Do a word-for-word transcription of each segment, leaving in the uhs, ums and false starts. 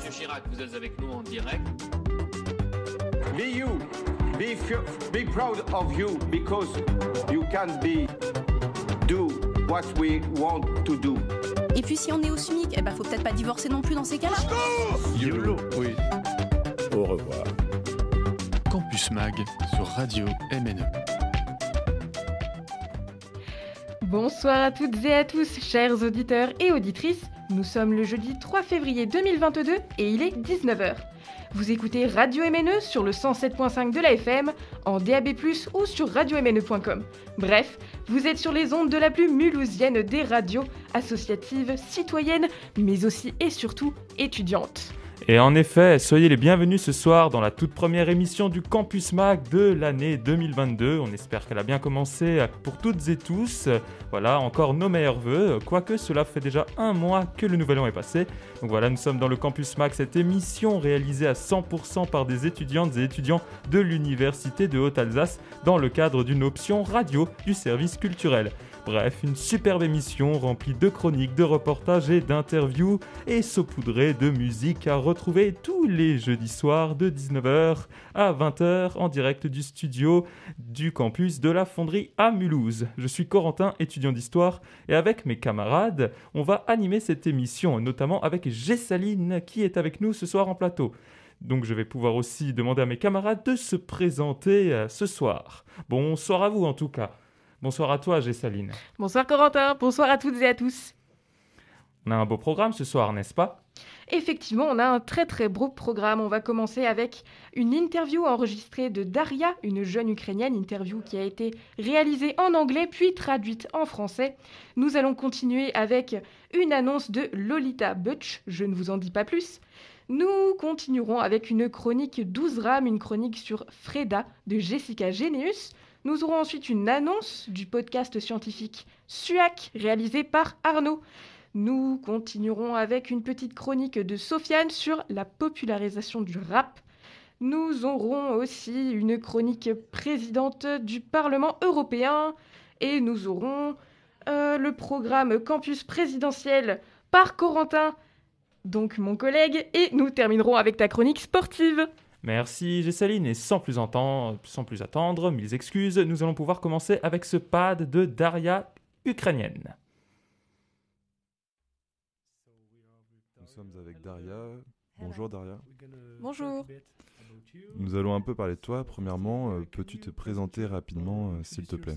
Monsieur Chirac, vous êtes avec nous en direct. Be you, be, f- be proud of you, because you can be, do what we want to do. Et puis si on est au SMIC, eh ben faut peut-être pas divorcer non plus dans ces cas-là. YOLO, oui. Au revoir. Campus Mag sur Radio M N E. Bonsoir à toutes et à tous, chers auditeurs et auditrices. Nous sommes le jeudi trois février deux mille vingt-deux et il est dix-neuf heures. Vous écoutez Radio M N E sur le cent sept virgule cinq de la F M, en D A B plus, ou sur radio m n e point com. Bref, vous êtes sur les ondes de la plus mulhousienne des radios, associatives, citoyennes, mais aussi et surtout étudiantes. Et en effet, soyez les bienvenus ce soir dans la toute première émission du Campus Mag de l'année deux mille vingt-deux. On espère qu'elle a bien commencé pour toutes et tous. Voilà, encore nos meilleurs vœux, quoique cela fait déjà un mois que le nouvel an est passé. Donc voilà, nous sommes dans le Campus Mag, cette émission réalisée à cent pour cent par des étudiantes et étudiants de l'Université de Haute-Alsace dans le cadre d'une option radio du service culturel. Bref, une superbe émission remplie de chroniques, de reportages et d'interviews et saupoudrée de musique à retrouver tous les jeudis soirs de dix-neuf heures à vingt heures en direct du studio du campus de la Fonderie à Mulhouse. Je suis Corentin, étudiant d'histoire, et avec mes camarades, on va animer cette émission, notamment avec Gessaline qui est avec nous ce soir en plateau. Donc je vais pouvoir aussi demander à mes camarades de se présenter euh, ce soir. Bonsoir à vous en tout cas. Bonsoir à toi, Gessaline. Bonsoir Corentin, bonsoir à toutes et à tous. On a un beau programme ce soir, n'est-ce pas ? Effectivement, on a un très très beau programme. On va commencer avec une interview enregistrée de Daria, une jeune Ukrainienne, interview qui a été réalisée en anglais puis traduite en français. Nous allons continuer avec une annonce de Lolita Butch, je ne vous en dis pas plus. Nous continuerons avec une chronique douze rames, une chronique sur Freda de Jessica Généus. Nous aurons ensuite une annonce du podcast scientifique SUAC, réalisé par Arnaud. Nous continuerons avec une petite chronique de Sofiane sur la popularisation du rap. Nous aurons aussi une chronique présidente du Parlement européen. Et nous aurons euh, le programme Campus présidentiel par Corentin, donc mon collègue. Et nous terminerons avec ta chronique sportive. Merci Gessaline, et sans plus, entendre, sans plus attendre, mille excuses, nous allons pouvoir commencer avec ce pad de Daria, ukrainienne. Nous sommes avec Daria. Bonjour Daria. Bonjour. Nous allons un peu parler de toi. Premièrement, euh, peux-tu te présenter rapidement, euh, s'il te plaît ?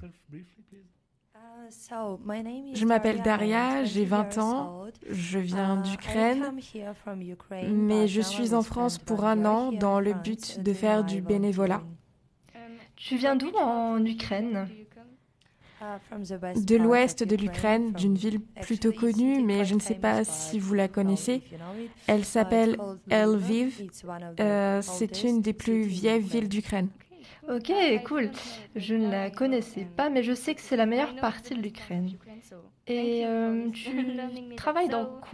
Je m'appelle Daria, j'ai vingt ans, je viens d'Ukraine, mais je suis en France pour un an dans le but de faire du bénévolat. Tu viens d'où en Ukraine ? De l'ouest de l'Ukraine, d'une ville plutôt connue, mais je ne sais pas si vous la connaissez. Elle s'appelle Lviv. Euh, c'est une des plus vieilles villes d'Ukraine. Ok, cool. Je ne la connaissais pas, mais je sais que c'est la meilleure partie de l'Ukraine. Et euh, tu travailles dans quoi ?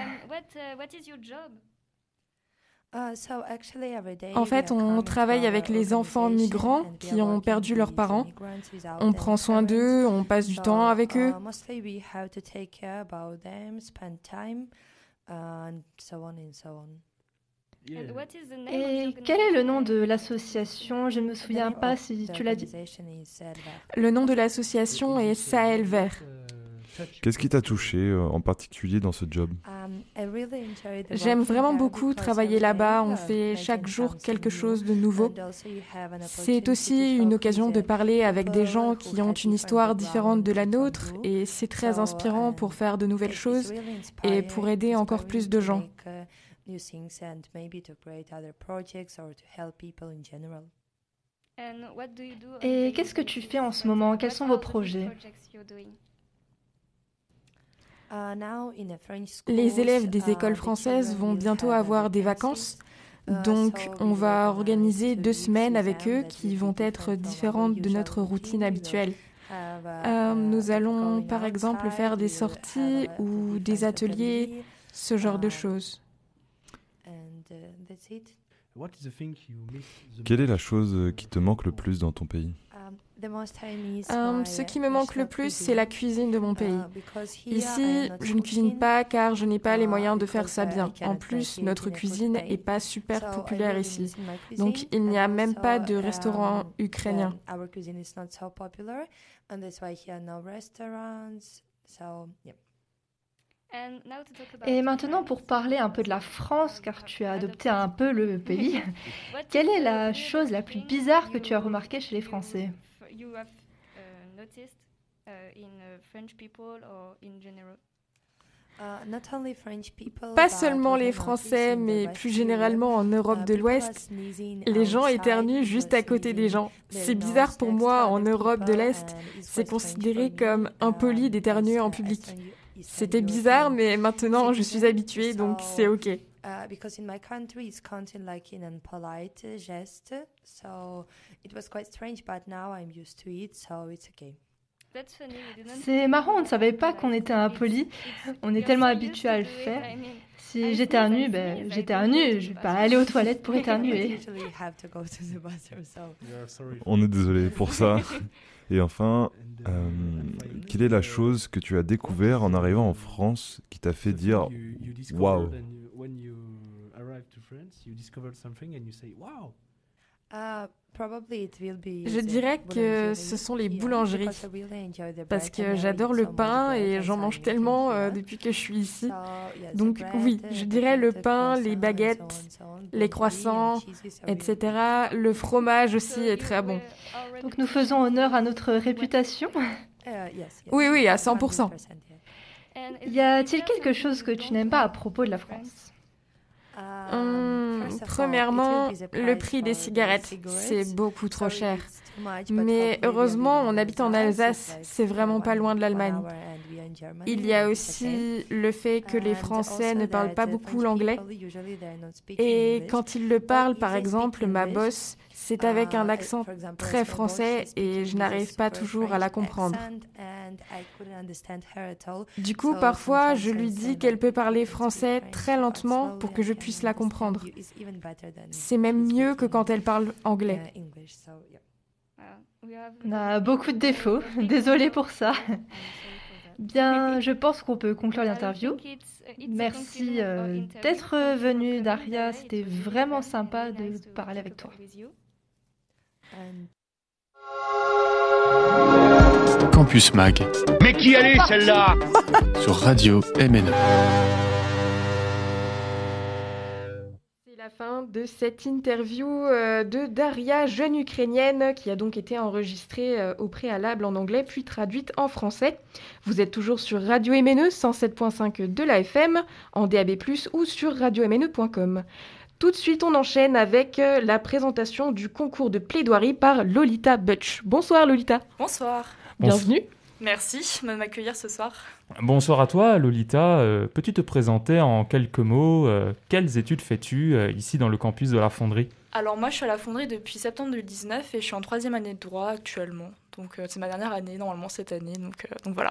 En fait, on travaille avec les enfants migrants qui ont perdu leurs parents. On prend soin d'eux, on passe du temps avec eux. Et quel est le nom de l'association ? Je ne me souviens pas si tu l'as dit. Le nom de l'association est Sahel Vert. Qu'est-ce qui t'a touché euh, en particulier dans ce job ? J'aime vraiment beaucoup travailler là-bas. On fait chaque jour quelque chose de nouveau. C'est aussi une occasion de parler avec des gens qui ont une histoire différente de la nôtre et c'est très inspirant pour faire de nouvelles choses et pour aider encore plus de gens. Et qu'est-ce que tu fais en ce moment ? Quels sont vos projets ? Les élèves des écoles françaises vont bientôt avoir des vacances, donc on va organiser deux semaines avec eux qui vont être différentes de notre routine habituelle. Euh, nous allons par exemple faire des sorties ou des ateliers, ce genre de choses. Quelle est la chose qui te manque le plus dans ton pays ? Um, ce qui me manque le plus, c'est la cuisine de mon pays. Ici, je ne cuisine pas car je n'ai pas les moyens de faire ça bien. En plus, notre cuisine n'est pas super populaire ici. Donc, il n'y a même pas de restaurant ukrainien. Et maintenant, pour parler un peu de la France, car tu as adopté un peu le pays, quelle est la chose la plus bizarre que tu as remarquée chez les Français? Pas seulement les Français, mais plus généralement en Europe de l'Ouest, les gens éternuent juste à côté des gens. C'est bizarre pour moi, en Europe de l'Est, c'est considéré comme impoli d'éternuer en public. C'était bizarre, mais maintenant je suis habituée, donc c'est ok. Because in my country it's counted like in an polite geste, so it was quite strange, but now I'm used to it, so it's okay. C'est marrant, on ne savait pas qu'on était impoli. On est tellement habitué à le faire. Si j'éternue, ben j'éternue. Je vais pas aller aux toilettes pour éternuer. On est désolé pour ça. Et enfin, euh, quelle est la chose que tu as découvert en arrivant en France qui t'a fait dire « Waouh » ? Je dirais que ce sont les boulangeries, parce que j'adore le pain et j'en mange tellement euh, depuis que je suis ici. Donc oui, je dirais le pain, les baguettes, les croissants, et cetera. Le fromage aussi est très bon. Donc nous faisons honneur à notre réputation. Oui, oui, à cent pour cent. Y a-t-il quelque chose que tu n'aimes pas à propos de la France ? Hum, premièrement, le prix des cigarettes, c'est beaucoup trop cher. Mais heureusement, on habite en Alsace, c'est vraiment pas loin de l'Allemagne. Il y a aussi le fait que les Français ne parlent pas beaucoup l'anglais. Et quand ils le parlent, par exemple, ma boss, c'est avec un accent très français et je n'arrive pas toujours à la comprendre. Du coup, parfois, je lui dis qu'elle peut parler français très lentement pour que je puisse la comprendre. C'est même mieux que quand elle parle anglais. On a beaucoup de défauts, désolée pour ça. Bien, je pense qu'on peut conclure l'interview. Merci euh, d'être venue, Daria. C'était vraiment sympa de parler avec toi. Campus Mag. Mais qui allait celle-là? Sur Radio M N E. C'est la fin de cette interview euh, de Daria, jeune ukrainienne, qui a donc été enregistrée euh, au préalable en anglais, puis traduite en français. Vous êtes toujours sur Radio M N E, cent sept virgule cinq de la F M, en D A B plus, ou sur radio m n e point com. Tout de suite, on enchaîne avec euh, la présentation du concours de plaidoirie par Lolita Butch. Bonsoir Lolita. Bonsoir. Bienvenue. Merci de m'accueillir ce soir. Bonsoir à toi Lolita. Euh, peux-tu te présenter en quelques mots euh, quelles études fais-tu euh, ici dans le campus de la Fonderie? Alors moi je suis à la Fonderie depuis septembre deux mille dix-neuf et je suis en troisième année de droit actuellement. Donc euh, c'est ma dernière année normalement cette année, donc, euh, donc voilà.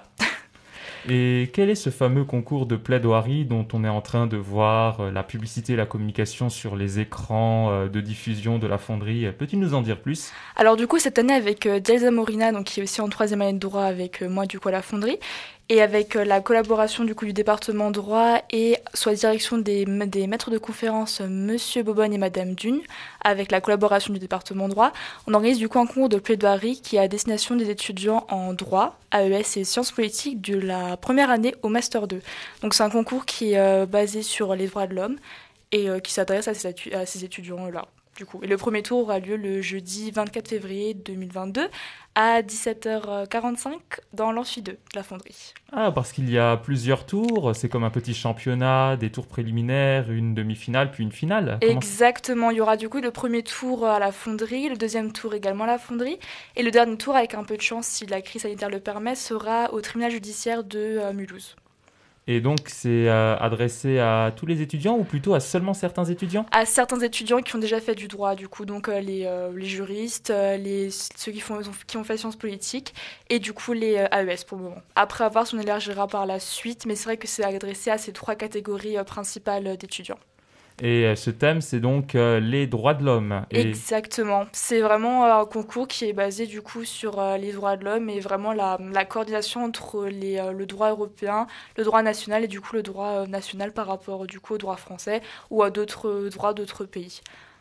Et quel est ce fameux concours de plaidoirie dont on est en train de voir euh, la publicité et la communication sur les écrans euh, de diffusion de la Fonderie? Peux-tu nous en dire plus? Alors du coup cette année avec euh, Dielsa Morina, donc, qui est aussi en troisième année de droit avec euh, moi du coup à la Fonderie, et avec euh, la collaboration du coup du département droit et sous la direction des, des maîtres de conférence euh, Monsieur Bobonne et Madame Dune, avec la collaboration du département droit, on organise du coup un concours de plaidoirie qui est à destination des étudiants en droit, A E S et sciences politiques de la première année au master deux. Donc c'est un concours qui est euh, basé sur les droits de l'homme et euh, qui s'adresse à ces, atu- à ces étudiants-là. Du coup. Et le premier tour aura lieu le jeudi vingt-quatre février deux mille vingt-deux à dix-sept heures quarante-cinq dans l'amphi deux de la Fonderie. Ah, parce qu'il y a plusieurs tours, c'est comme un petit championnat, des tours préliminaires, une demi-finale, puis une finale. Comment... Exactement, il y aura du coup le premier tour à la Fonderie, le deuxième tour également à la Fonderie, et le dernier tour, avec un peu de chance, si la crise sanitaire le permet, sera au tribunal judiciaire de euh, Mulhouse. Et donc, c'est euh, adressé à tous les étudiants ou plutôt à seulement certains étudiants? À certains étudiants qui ont déjà fait du droit, du coup, donc euh, les, euh, les juristes, euh, les, ceux qui, font, qui ont fait sciences politiques et du coup les euh, A E S pour le moment. Après avoir, on élargira par la suite, mais c'est vrai que c'est adressé à ces trois catégories euh, principales d'étudiants. Et euh, ce thème, c'est donc euh, les droits de l'homme. Et... Exactement. C'est vraiment euh, un concours qui est basé du coup sur euh, les droits de l'homme et vraiment la, la coordination entre les, euh, le droit européen, le droit national et du coup le droit euh, national par rapport du coup au droit français ou à d'autres euh, droits d'autres pays.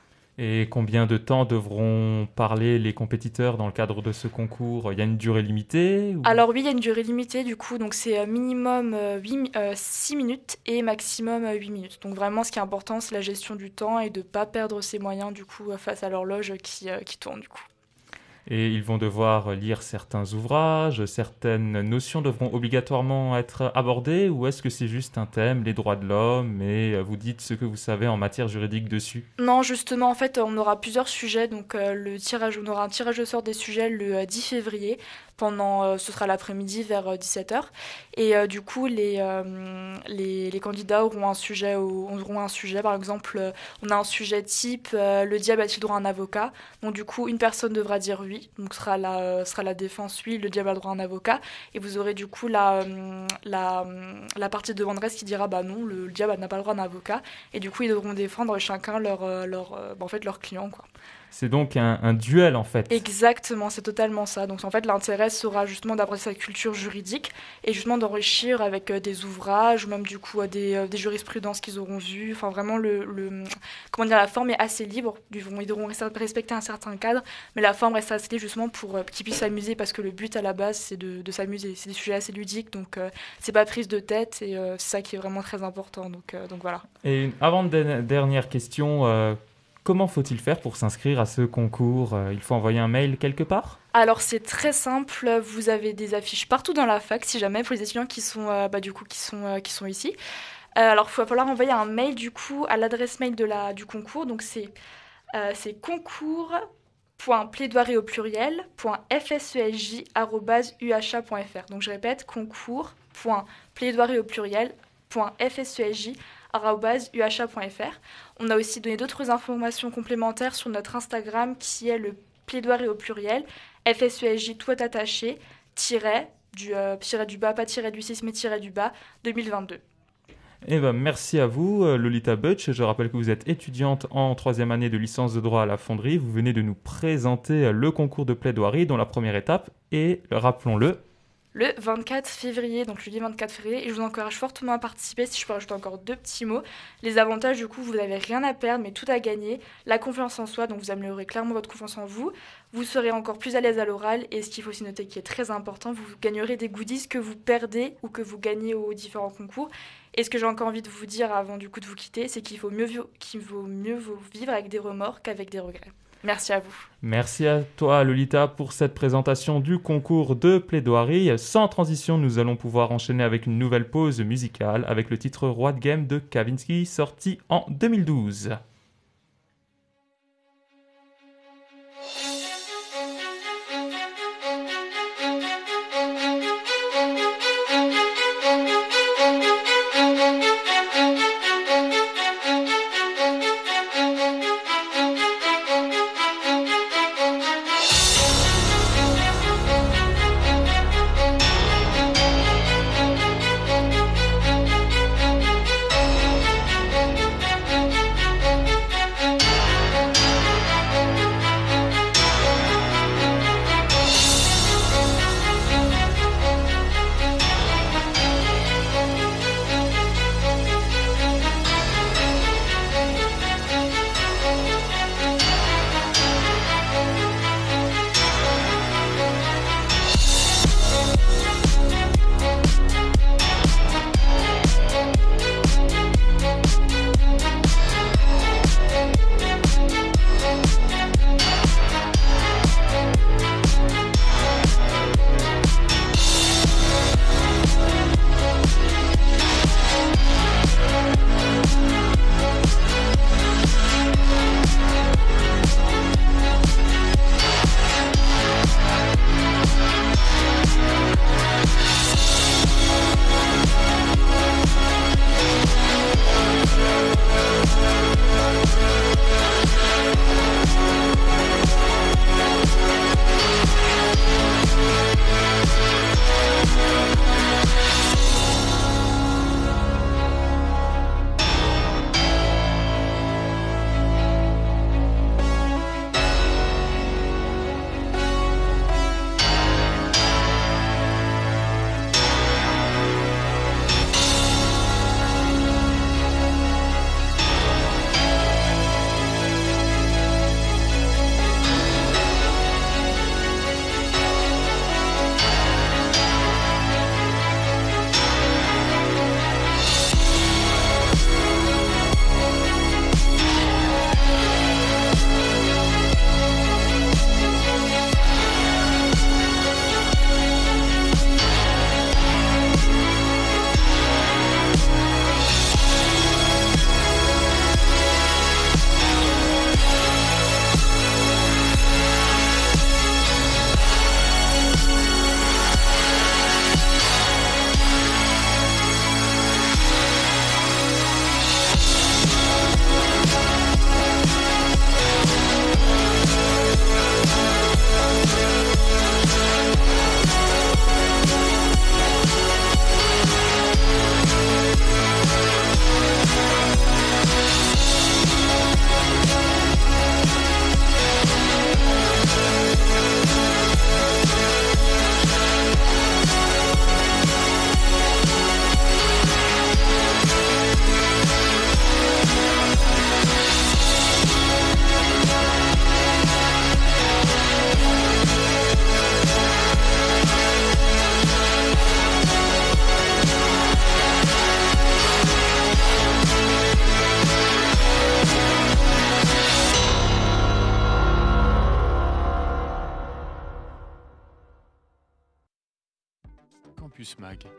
Et combien de temps devront parler les compétiteurs dans le cadre de ce concours ? Il y a une durée limitée ou... Alors oui, il y a une durée limitée du coup, donc c'est minimum six minutes et maximum huit minutes. Donc vraiment ce qui est important, c'est la gestion du temps et de ne pas perdre ses moyens du coup face à l'horloge qui, euh, qui tourne du coup. Et ils vont devoir lire certains ouvrages, certaines notions devront obligatoirement être abordées, ou est-ce que c'est juste un thème, les droits de l'homme, et vous dites ce que vous savez en matière juridique dessus ? Non, justement, en fait, on aura plusieurs sujets. Donc, euh, le tirage, on aura un tirage au sort des sujets le euh, dix février. Pendant, euh, ce sera l'après-midi vers euh, dix-sept heures. Et euh, du coup, les, euh, les, les candidats auront un sujet, auront un sujet. Par exemple, euh, on a un sujet type euh, le diable a-t-il droit à un avocat ? Donc, du coup, une personne devra dire oui. Donc, sera la, euh, sera la défense oui, le diable a droit à un avocat. Et vous aurez du coup la, euh, la, la partie de demanderesse qui dira bah non, le, le diable n'a pas le droit à un avocat. Et du coup, ils devront défendre chacun leur, euh, leur, euh, bah, en fait, leur client, quoi. C'est donc un, un duel en fait. Exactement, c'est totalement ça. Donc en fait, l'intérêt sera justement d'aborder sa culture juridique et justement d'enrichir avec euh, des ouvrages ou même du coup euh, des, euh, des jurisprudences qu'ils auront vues. Enfin vraiment, le, le, comment dire, la forme est assez libre. Ils devront respecter un certain cadre, mais la forme reste assez libre justement pour euh, qu'ils puissent s'amuser parce que le but à la base, c'est de, de s'amuser. C'est des sujets assez ludiques, donc euh, c'est pas prise de tête et euh, c'est ça qui est vraiment très important. Donc, euh, donc voilà. Et une avant-dernière question... Euh... Comment faut-il faire pour s'inscrire à ce concours ? Il faut envoyer un mail quelque part ? Alors c'est très simple, vous avez des affiches partout dans la fac si jamais pour les étudiants qui sont, euh, bah, du coup, qui sont, euh, qui sont ici. Euh, alors il va falloir envoyer un mail du coup à l'adresse mail de la, du concours, donc c'est, euh, c'est concours.plaidoirie au pluriel .fsej arobase u h a point f r. Donc je répète, concours.plaidoirie au pluriel .fsej arobase u h a point f r. On a aussi donné d'autres informations complémentaires sur notre Instagram qui est le plaidoirie au pluriel, F S E S J tout attaché, tiret du, euh, tiret du bas, pas tiret du six mais tiret du bas, deux mille vingt-deux. Eh ben, merci à vous, Lolita Butch. Je rappelle que vous êtes étudiante en troisième année de licence de droit à la Fonderie. Vous venez de nous présenter le concours de plaidoirie dont la première étape est, rappelons-le, le vingt-quatre février, donc jeudi vingt-quatre février, et je vous encourage fortement à participer. Si je peux rajouter encore deux petits mots. Les avantages, du coup, vous n'avez rien à perdre, mais tout à gagner. La confiance en soi, donc vous améliorez clairement votre confiance en vous. Vous serez encore plus à l'aise à l'oral, et ce qu'il faut aussi noter qui est très important, vous gagnerez des goodies que vous perdez ou que vous gagnez aux différents concours. Et ce que j'ai encore envie de vous dire avant du coup de vous quitter, c'est qu'il faut mieux, qu'il vaut mieux vivre avec des remords qu'avec des regrets. Merci à vous. Merci à toi, Lolita, pour cette présentation du concours de plaidoirie. Sans transition, nous allons pouvoir enchaîner avec une nouvelle pause musicale avec le titre Roi de Game de Kavinsky, sorti en deux mille douze. Thank you.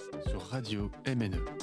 sur Radio M N E.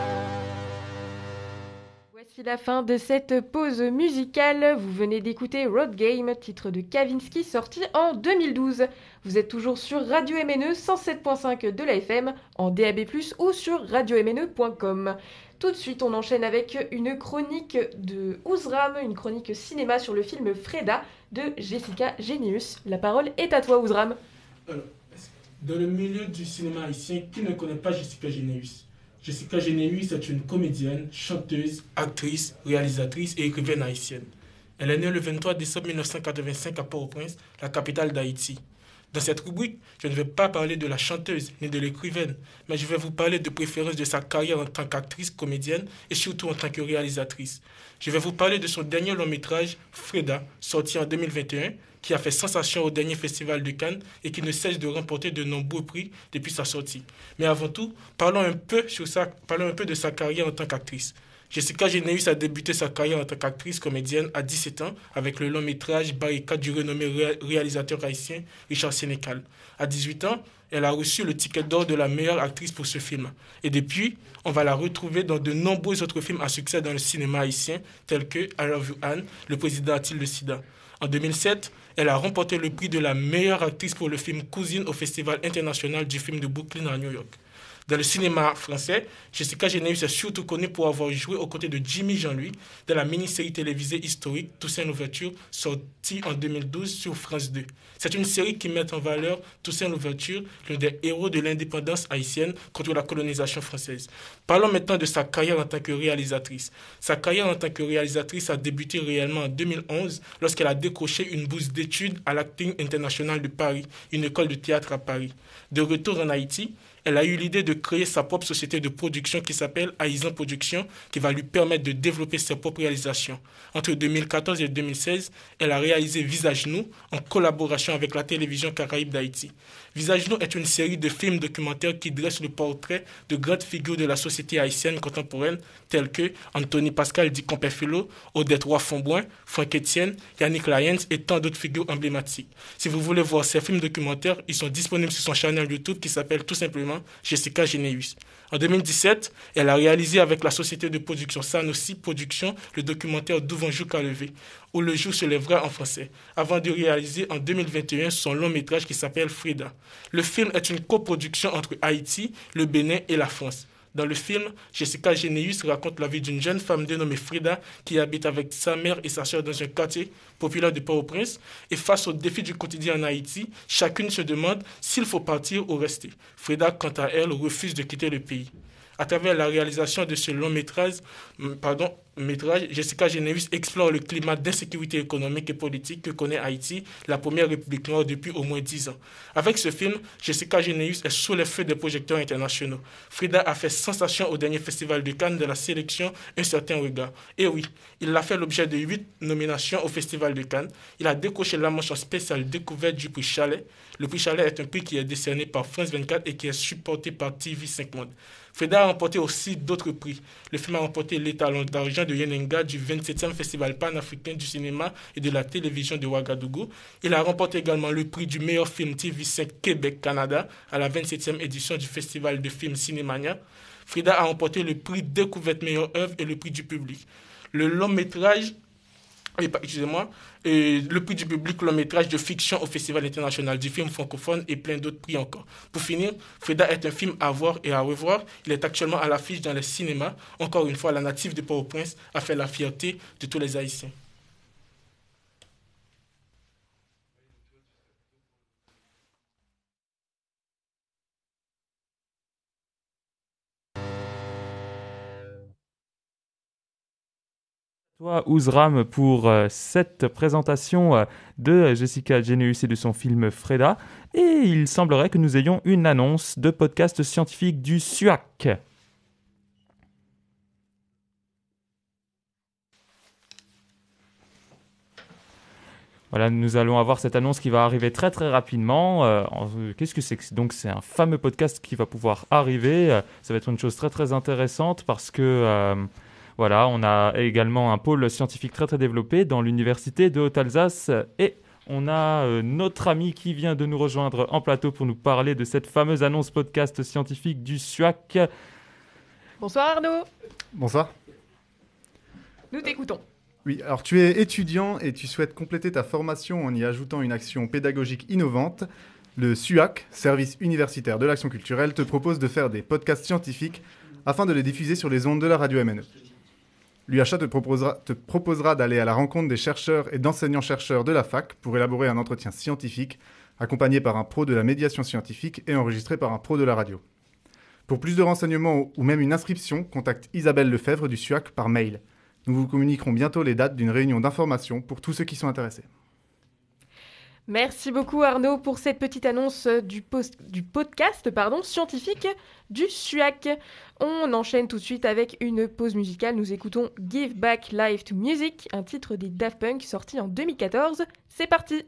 Voici la fin de cette pause musicale. Vous venez d'écouter Road Game, titre de Kavinsky, sorti en deux mille douze. Vous êtes toujours sur Radio M N E cent sept virgule cinq de la F M, en D A B plus, ou sur radio m n e point com. Tout de suite, on enchaîne avec une chronique de Ouzram, une chronique cinéma sur le film Freda de Jessica Génius. La parole est à toi, Ouzram. Alors, dans le milieu du cinéma haïtien, qui ne connaît pas Jessica Génius? Jessica Génius est une comédienne, chanteuse, actrice, réalisatrice et écrivaine haïtienne. Elle est née le vingt-trois décembre mille neuf cent quatre-vingt-cinq à Port-au-Prince, la capitale d'Haïti. Dans cette rubrique, je ne vais pas parler de la chanteuse ni de l'écrivaine, mais je vais vous parler de préférence de sa carrière en tant qu'actrice, comédienne et surtout en tant que réalisatrice. Je vais vous parler de son dernier long métrage, Freda, sorti en deux mille vingt et un, qui a fait sensation au dernier festival de Cannes et qui ne cesse de remporter de nombreux prix depuis sa sortie. Mais avant tout, parlons un peu, sur sa, parlons un peu de sa carrière en tant qu'actrice. Jessica Génius a débuté sa carrière en tant qu'actrice comédienne à dix-sept ans avec le long métrage Barricade du renommé ré- réalisateur haïtien Richard Sénécal. À dix-huit ans, elle a reçu le ticket d'or de la meilleure actrice pour ce film. Et depuis, on va la retrouver dans de nombreux autres films à succès dans le cinéma haïtien, tels que I Love You Anne, Le président a-t-il le sida. En deux mille sept, elle a remporté le prix de la meilleure actrice pour le film Cousine au Festival international du film de Brooklyn à New York. Dans le cinéma français, Jessica Génius est surtout connue pour avoir joué aux côtés de Jimmy Jean-Louis dans la mini-série télévisée historique Toussaint Louverture, sortie en deux mille douze sur France deux. C'est une série qui met en valeur Toussaint Louverture, l'un des héros de l'indépendance haïtienne contre la colonisation française. Parlons maintenant de sa carrière en tant que réalisatrice. Sa carrière en tant que réalisatrice a débuté réellement en deux mille onze lorsqu'elle a décroché une bourse d'études à l'Acting International de Paris, une école de théâtre à Paris. De retour en Haïti, elle a eu l'idée de créer sa propre société de production qui s'appelle Aïzan Production, qui va lui permettre de développer ses propres réalisations. Entre deux mille quatorze et deux mille seize, elle a réalisé Visage Nous en collaboration avec la télévision Caraïbe d'Haïti. Visage Nous est une série de films documentaires qui dressent le portrait de grandes figures de la société haïtienne contemporaine, telles que Anthony Pascal dit Compère-Philo, Odette Roy-Fonboin, Franck Etienne, Yannick Lyons et tant d'autres figures emblématiques. Si vous voulez voir ces films documentaires, ils sont disponibles sur son channel YouTube qui s'appelle tout simplement Jessica Génius. En deux mille dix-sept, elle a réalisé avec la société de production Sanofi Production le documentaire D'où vont jour qu'à lever, où le jour se lèvera en français, avant de réaliser en deux mille vingt et un son long métrage qui s'appelle Freda. Le film est une coproduction entre Haïti, le Bénin et la France. Dans le film, Jessica Génius raconte la vie d'une jeune femme dénommée Freda qui habite avec sa mère et sa sœur dans un quartier populaire de Port-au-Prince. Et face aux défis du quotidien en Haïti, chacune se demande s'il faut partir ou rester. Freda, quant à elle, refuse de quitter le pays. À travers la réalisation de ce long métrage, pardon, métrage, Jessica Génius explore le climat d'insécurité économique et politique que connaît Haïti, la première république noire depuis au moins dix ans. Avec ce film, Jessica Génius est sous les feux des projecteurs internationaux. Freda a fait sensation au dernier festival de Cannes de la sélection Un certain regard. Et oui, il a fait l'objet de huit nominations au festival de Cannes. Il a décroché la mention spéciale découverte du prix Chalet. Le prix Chalet est un prix qui est décerné par France vingt-quatre et qui est supporté par T V cinq Monde. Freda a remporté aussi d'autres prix. Le film a remporté l'étalon d'argent de Yenenga du vingt-septième Festival panafricain du cinéma et de la télévision de Ouagadougou. Il a remporté également le prix du meilleur film T V cinq Québec-Canada à la vingt-septième édition du Festival de films Cinémania. Freda a remporté le prix Découverte meilleure œuvre et le prix du public. Le long métrage Excusez-moi, et le prix du public long métrage de fiction au Festival international du film francophone et plein d'autres prix encore. Pour finir, Freda est un film à voir et à revoir. Il est actuellement à l'affiche dans les cinémas. Encore une fois, la native de Port-au-Prince a fait la fierté de tous les Haïtiens. Toi, Ouzram, pour euh, cette présentation euh, de Jessica Génius et de son film Freda. Et il semblerait que nous ayons une annonce de podcast scientifique du S U A C. Voilà, nous allons avoir cette annonce qui va arriver très très rapidement. Euh, qu'est-ce que c'est que donc c'est un fameux podcast qui va pouvoir arriver. Euh, ça va être une chose très très intéressante parce que euh, voilà, on a également un pôle scientifique très très développé dans l'université de Haute-Alsace et On a euh, notre ami qui vient de nous rejoindre en plateau pour nous parler de cette fameuse annonce podcast scientifique du S U A C. Bonsoir Arnaud. Bonsoir. Nous t'écoutons. Oui, alors tu es étudiant et tu souhaites compléter ta formation en y ajoutant une action pédagogique innovante. Le S U A C, Service universitaire de l'action culturelle, te propose de faire des podcasts scientifiques afin de les diffuser sur les ondes de la radio M N E. L'U H A te proposera, te proposera d'aller à la rencontre des chercheurs et d'enseignants-chercheurs de la fac pour élaborer un entretien scientifique, accompagné par un pro de la médiation scientifique et enregistré par un pro de la radio. Pour plus de renseignements ou même une inscription, contacte Isabelle Lefebvre du S U A C par mail. Nous vous communiquerons bientôt les dates d'une réunion d'information pour tous ceux qui sont intéressés. Merci beaucoup Arnaud pour cette petite annonce du, post- du podcast pardon, scientifique du S U A C. On enchaîne tout de suite avec une pause musicale. Nous écoutons Give Back Life to Music, un titre des Daft Punk sorti en deux mille quatorze. C'est parti!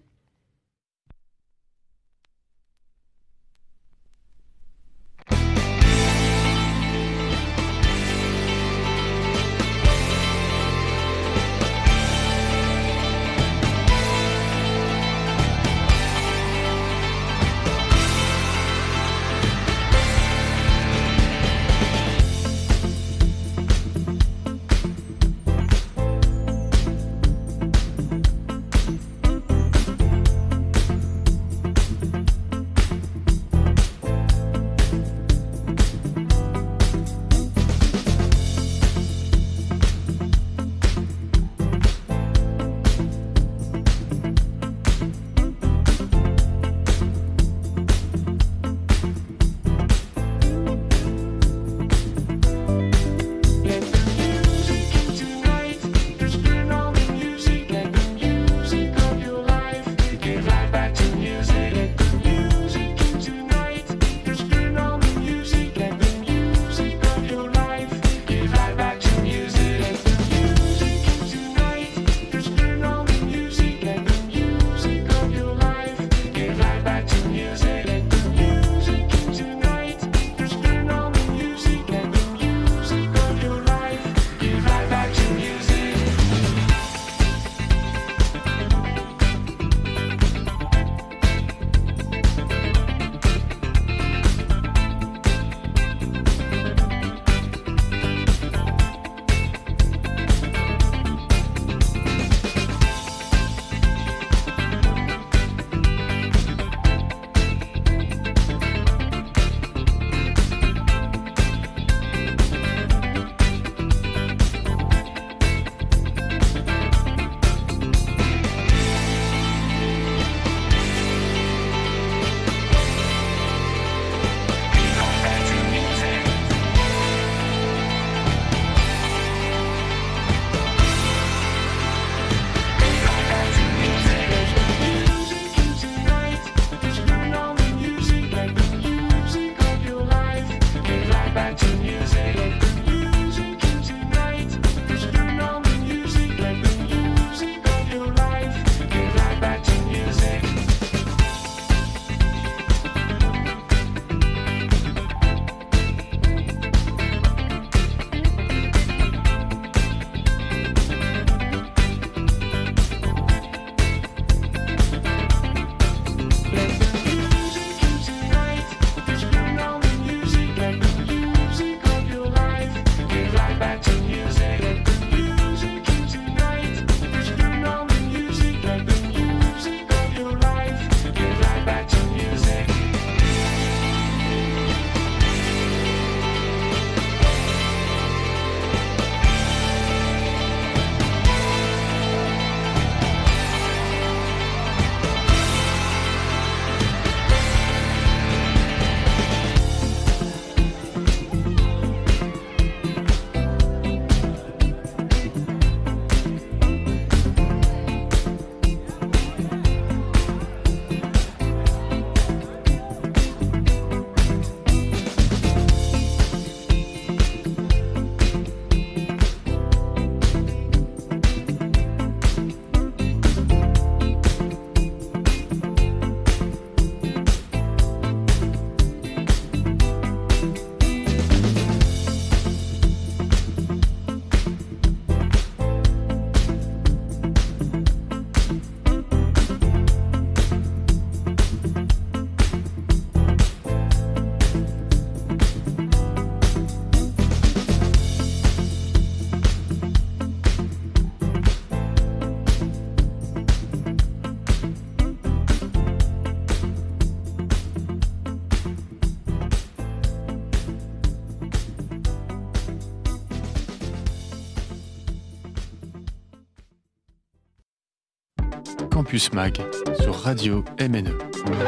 Campus Mag sur Radio M N E.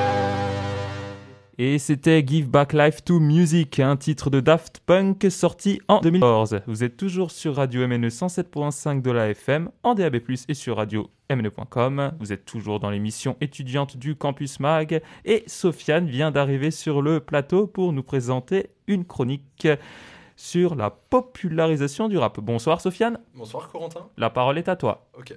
Et c'était Give Back Life to Music, un titre de Daft Punk sorti en deux mille quatorze. Vous êtes toujours sur Radio M N E cent sept virgule cinq de la F M, en D A B plus, et sur radio m n e point com. Vous êtes toujours dans l'émission étudiante du Campus Mag. Et Sofiane vient d'arriver sur le plateau pour nous présenter une chronique sur la popularisation du rap. Bonsoir Sofiane. Bonsoir Corentin. La parole est à toi. Ok.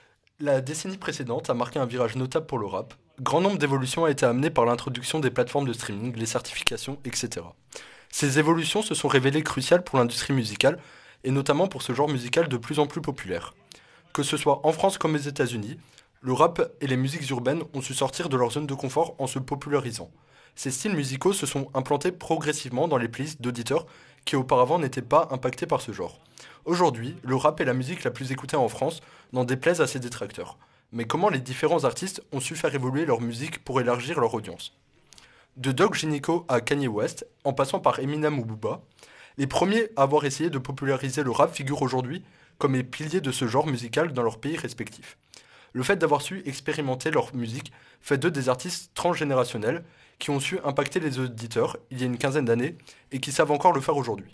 La décennie précédente a marqué un virage notable pour le rap. Grand nombre d'évolutions a été amené par l'introduction des plateformes de streaming, les certifications, et cetera. Ces évolutions se sont révélées cruciales pour l'industrie musicale, et notamment pour ce genre musical de plus en plus populaire. Que ce soit en France comme aux États-Unis, le rap et les musiques urbaines ont su sortir de leur zone de confort en se popularisant. Ces styles musicaux se sont implantés progressivement dans les playlists d'auditeurs qui auparavant n'étaient pas impactés par ce genre. Aujourd'hui, le rap est la musique la plus écoutée en France, n'en déplaise à ses détracteurs. Mais comment les différents artistes ont su faire évoluer leur musique pour élargir leur audience ? De Doc Gynéco à Kanye West, en passant par Eminem ou Booba, les premiers à avoir essayé de populariser le rap figurent aujourd'hui comme les piliers de ce genre musical dans leurs pays respectifs. Le fait d'avoir su expérimenter leur musique fait d'eux des artistes transgénérationnels qui ont su impacter les auditeurs il y a une quinzaine d'années et qui savent encore le faire aujourd'hui.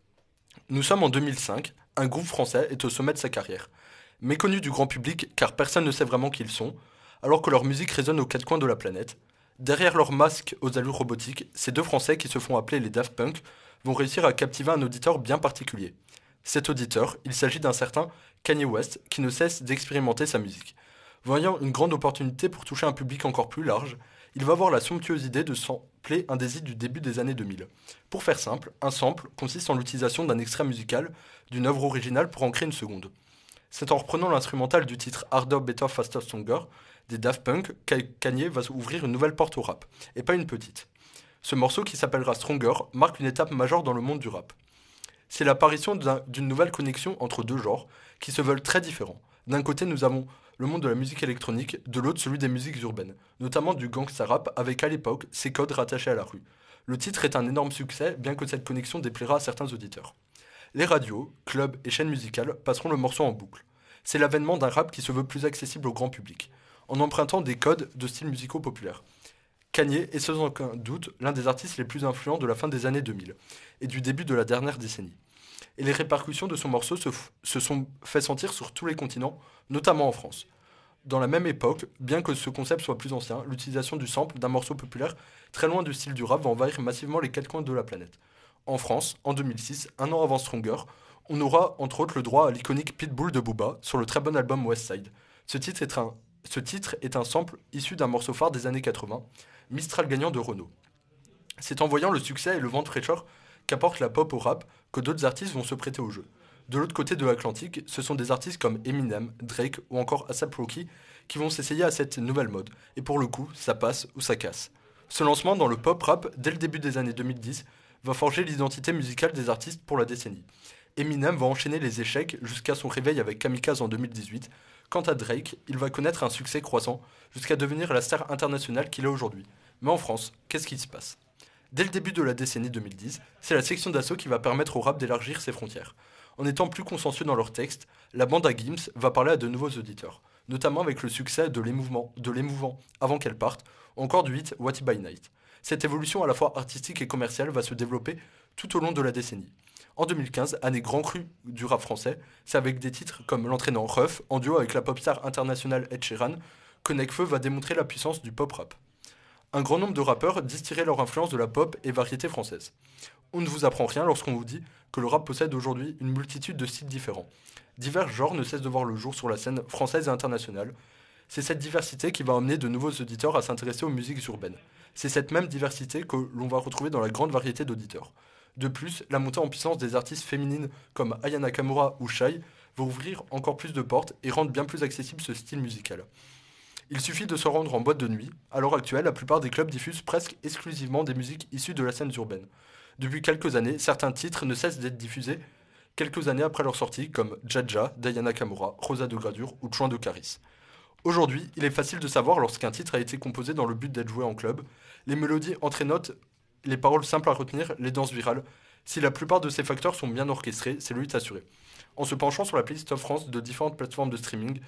Nous sommes en deux mille cinq, un groupe français est au sommet de sa carrière. Méconnus du grand public car personne ne sait vraiment qui ils sont, alors que leur musique résonne aux quatre coins de la planète. Derrière leur masque aux allures robotiques, ces deux Français qui se font appeler les Daft Punk vont réussir à captiver un auditeur bien particulier. Cet auditeur, il s'agit d'un certain Kanye West qui ne cesse d'expérimenter sa musique. Voyant une grande opportunité pour toucher un public encore plus large, il va avoir la somptueuse idée de sampler un des hits du début des années deux mille. Pour faire simple, un sample consiste en l'utilisation d'un extrait musical d'une œuvre originale pour en créer une seconde. C'est en reprenant l'instrumental du titre Harder, Better, Faster, Stronger des Daft Punk que Kanye va ouvrir une nouvelle porte au rap, et pas une petite. Ce morceau, qui s'appellera Stronger, marque une étape majeure dans le monde du rap. C'est l'apparition d'un, d'une nouvelle connexion entre deux genres qui se veulent très différents. D'un côté, nous avons le monde de la musique électronique, de l'autre celui des musiques urbaines, notamment du gangsta rap avec à l'époque ses codes rattachés à la rue. Le titre est un énorme succès, bien que cette connexion déplaira à certains auditeurs. Les radios, clubs et chaînes musicales passeront le morceau en boucle. C'est l'avènement d'un rap qui se veut plus accessible au grand public, en empruntant des codes de styles musicaux populaires. Kanye est sans aucun doute l'un des artistes les plus influents de la fin des années deux mille et du début de la dernière décennie. Et les répercussions de son morceau se, f- se sont fait sentir sur tous les continents, notamment en France. Dans la même époque, bien que ce concept soit plus ancien, l'utilisation du sample d'un morceau populaire très loin du style du rap va envahir massivement les quatre coins de la planète. En France, en deux mille six, un an avant Stronger, on aura entre autres le droit à l'iconique Pitbull de Booba sur le très bon album Westside. Ce titre est un, ce titre est un sample issu d'un morceau phare des années quatre-vingts, Mistral gagnant de Renaud. C'est en voyant le succès et le vent de fraîcheur qu'apporte la pop au rap que d'autres artistes vont se prêter au jeu. De l'autre côté de l'Atlantique, ce sont des artistes comme Eminem, Drake ou encore A$ap Rocky qui vont s'essayer à cette nouvelle mode. Et pour le coup, ça passe ou ça casse. Ce lancement dans le pop-rap, dès le début des années deux mille dix, va forger l'identité musicale des artistes pour la décennie. Eminem va enchaîner les échecs jusqu'à son réveil avec Kamikaze en deux mille dix-huit. Quant à Drake, il va connaître un succès croissant jusqu'à devenir la star internationale qu'il est aujourd'hui. Mais en France, qu'est-ce qui se passe ? Dès le début de la décennie deux mille dix, c'est la section d'assaut qui va permettre au rap d'élargir ses frontières. En étant plus consciencieux dans leurs textes, la bande à Gims va parler à de nouveaux auditeurs, notamment avec le succès de l'émouvant, de l'émouvant Avant qu'elle parte, ou encore du hit What by Night. Cette évolution à la fois artistique et commerciale va se développer tout au long de la décennie. En deux mille quinze, année grand cru du rap français, c'est avec des titres comme l'entraînant Ruff, en duo avec la pop star internationale Ed Sheeran, que Nekfeu va démontrer la puissance du pop-rap. Un grand nombre de rappeurs disent tirer leur influence de la pop et variété française. On ne vous apprend rien lorsqu'on vous dit que le rap possède aujourd'hui une multitude de styles différents. Divers genres ne cessent de voir le jour sur la scène française et internationale. C'est cette diversité qui va amener de nouveaux auditeurs à s'intéresser aux musiques urbaines. C'est cette même diversité que l'on va retrouver dans la grande variété d'auditeurs. De plus, la montée en puissance des artistes féminines comme Aya Nakamura ou Shai va ouvrir encore plus de portes et rendre bien plus accessible ce style musical. Il suffit de se rendre en boîte de nuit. À l'heure actuelle, la plupart des clubs diffusent presque exclusivement des musiques issues de la scène urbaine. Depuis quelques années, certains titres ne cessent d'être diffusés quelques années après leur sortie, comme Jaja, d'Aya Nakamura, Rosa de Gradure ou Chouin de Caris. Aujourd'hui, il est facile de savoir lorsqu'un titre a été composé dans le but d'être joué en club. Les mélodies entraînantes, les paroles simples à retenir, les danses virales. Si la plupart de ces facteurs sont bien orchestrés, c'est le hit assuré. En se penchant sur la playlist Top France de différentes plateformes de streaming,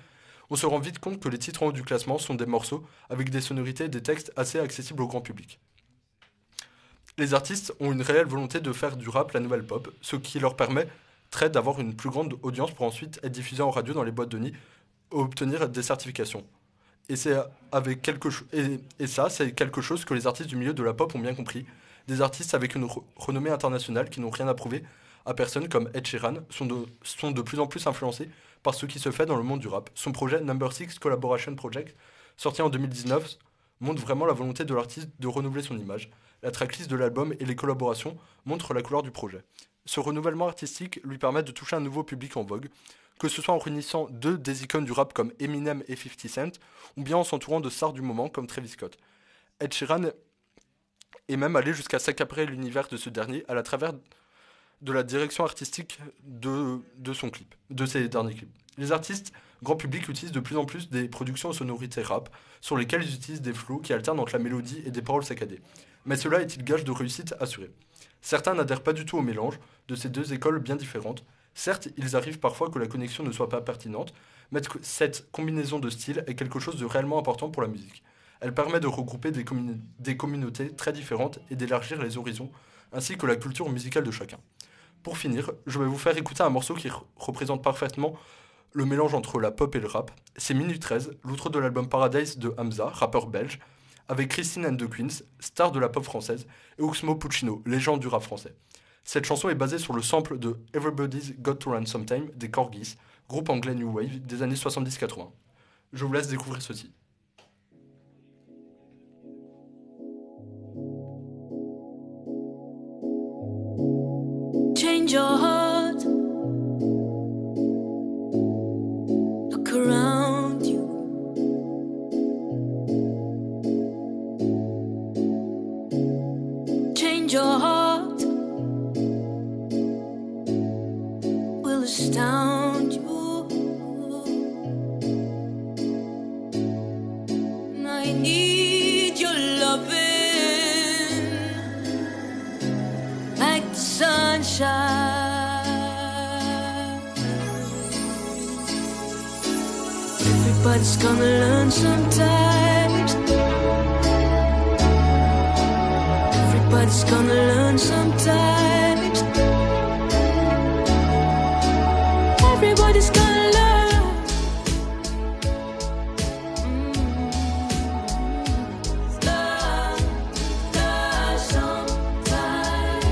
on se rend vite compte que les titres en haut du classement sont des morceaux avec des sonorités et des textes assez accessibles au grand public. Les artistes ont une réelle volonté de faire du rap la nouvelle pop, ce qui leur permettrait d'avoir une plus grande audience pour ensuite être diffusés en radio dans les boîtes de nuit et obtenir des certifications. Et, c'est avec quelque cho- et, et ça, c'est quelque chose que les artistes du milieu de la pop ont bien compris. Des artistes avec une re- renommée internationale qui n'ont rien à prouver à personne comme Ed Sheeran sont de, sont de plus en plus influencés par ce qui se fait dans le monde du rap. Son projet Number Six Collaboration Project, sorti en deux mille dix-neuf, montre vraiment la volonté de l'artiste de renouveler son image. La tracklist de l'album et les collaborations montrent la couleur du projet. Ce renouvellement artistique lui permet de toucher un nouveau public en vogue, que ce soit en réunissant deux des icônes du rap comme Eminem et fifty Cent, ou bien en s'entourant de stars du moment comme Travis Scott. Ed Sheeran est même allé jusqu'à s'accaparer l'univers de ce dernier à la travers de la direction artistique de, de son clip, de ses derniers clips. Les artistes grand public utilisent de plus en plus des productions aux sonorités rap, sur lesquelles ils utilisent des flows qui alternent entre la mélodie et des paroles saccadées. Mais cela est-il gage de réussite assurée ? Certains n'adhèrent pas du tout au mélange de ces deux écoles bien différentes. Certes, il arrive parfois que la connexion ne soit pas pertinente, mais cette combinaison de styles est quelque chose de réellement important pour la musique. Elle permet de regrouper des, communi- des communautés très différentes et d'élargir les horizons, ainsi que la culture musicale de chacun. Pour finir, je vais vous faire écouter un morceau qui r- représente parfaitement le mélange entre la pop et le rap. C'est Minute treize, l'outro de l'album Paradise de Hamza, rappeur belge, avec Christine and the Queens, star de la pop française, et Oxmo Puccino, légende du rap français. Cette chanson est basée sur le sample de Everybody's Got to Run Sometime des Corgis, groupe anglais New Wave des années soixante-dix quatre-vingts. Je vous laisse découvrir ceci. Change your heart. Look around you. Change your heart. Will astound you. And I need your loving. Like the sunshine. Everybody's gonna learn sometimes. Everybody's gonna learn sometimes. Everybody's gonna learn. Mm-hmm. Learn, learn sometimes.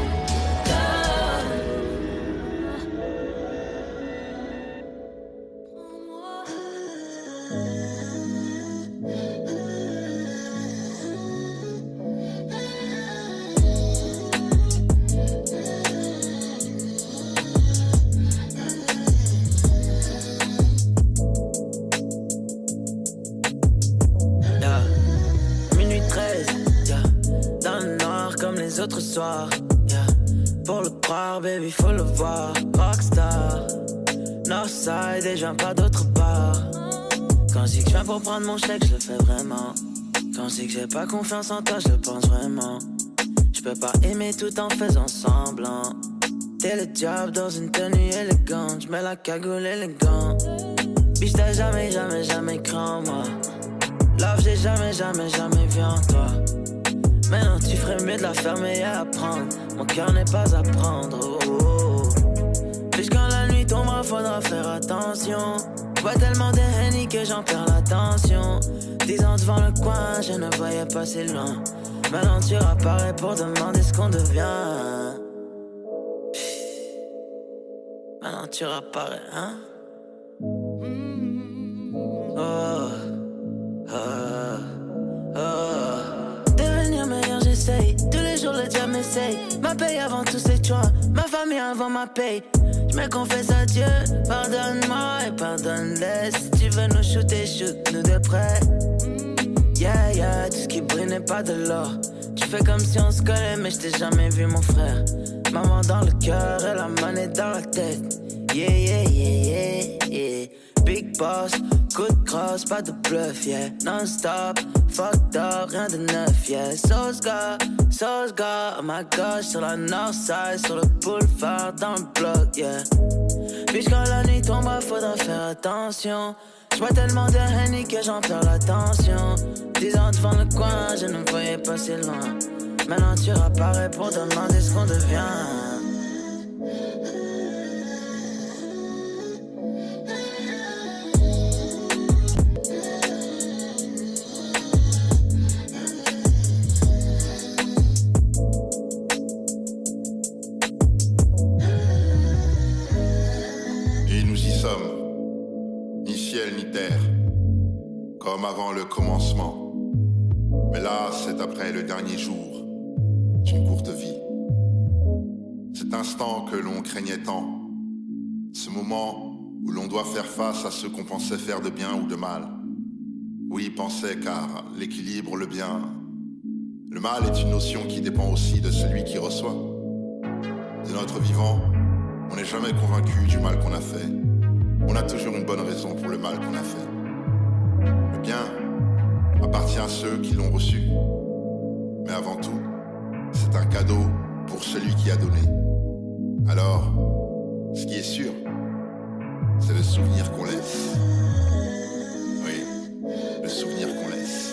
Yeah. Minuit treize, yeah. Dans le noir comme les autres soirs, yeah. Pour le croire, baby, faut le voir. Rockstar, Northside et je viens pas d'autre part. Quand je dis que je viens pour prendre mon chèque, je le fais vraiment. Quand je dis que j'ai pas confiance en toi, je le pense vraiment. Je peux pas aimer tout en faisant semblant. T'es le diable dans une tenue élégante. Je mets la cagoule et les gants. Bitch, t'as jamais, jamais, jamais cru en moi. Love, j'ai jamais, jamais, jamais vu en toi. Maintenant tu ferais mieux de la fermer et apprendre. Mon cœur n'est pas à prendre. Oh, oh, oh. Bitch, quand la nuit tombera, faudra faire attention. Je vois tellement de Henny que j'en perds l'attention. Dix ans devant le coin, je ne voyais pas si loin. Maintenant tu apparais pour demander ce qu'on devient. Maintenant tu apparais, hein? Oh, oh, oh. Devenir meilleur, j'essaye. Tous les jours, le diable m'essaye. Ma paye avant tous ces choix. Ma famille avant ma paye. Je me confesse à Dieu. Pardonne-moi et pardonne-les. Si tu veux nous shooter, shoot-nous de près. Yeah, yeah, tout ce qui brille n'est pas de l'or. Tu fais comme si on se collait, mais je t'ai jamais vu, mon frère. Maman dans le cœur et la monnaie dans la tête. Yeah, yeah, yeah, yeah, yeah. Big boss, coup de crosse, pas de bluff, yeah. Non-stop, fucked up, rien de neuf, yeah. Sauce gars, sauce gars, à ma gauche, sur la north side, sur le boulevard, dans le bloc, yeah. Bitch, quand la nuit tombe, faudra faire attention. J'bois tellement de Henny que j'en perds l'attention. Dix ans devant le coin, je ne me voyais pas si loin. Maintenant tu apparais pour demander ce qu'on devient. Et nous y sommes, ni ciel ni terre, comme avant le commencement. Mais là, c'est après le dernier jour d'une courte vie. Cet instant que l'on craignait tant, ce moment où l'on doit faire face à ce qu'on pensait faire de bien ou de mal. Oui, penser, car l'équilibre, le bien, le mal est une notion qui dépend aussi de celui qui reçoit. De notre vivant, on n'est jamais convaincu du mal qu'on a fait. On a toujours une bonne raison pour le mal qu'on a fait. Le bien appartient à ceux qui l'ont reçu. Mais avant tout, c'est un cadeau pour celui qui a donné. Alors, ce qui est sûr, c'est le souvenir qu'on laisse. Oui, le souvenir qu'on laisse.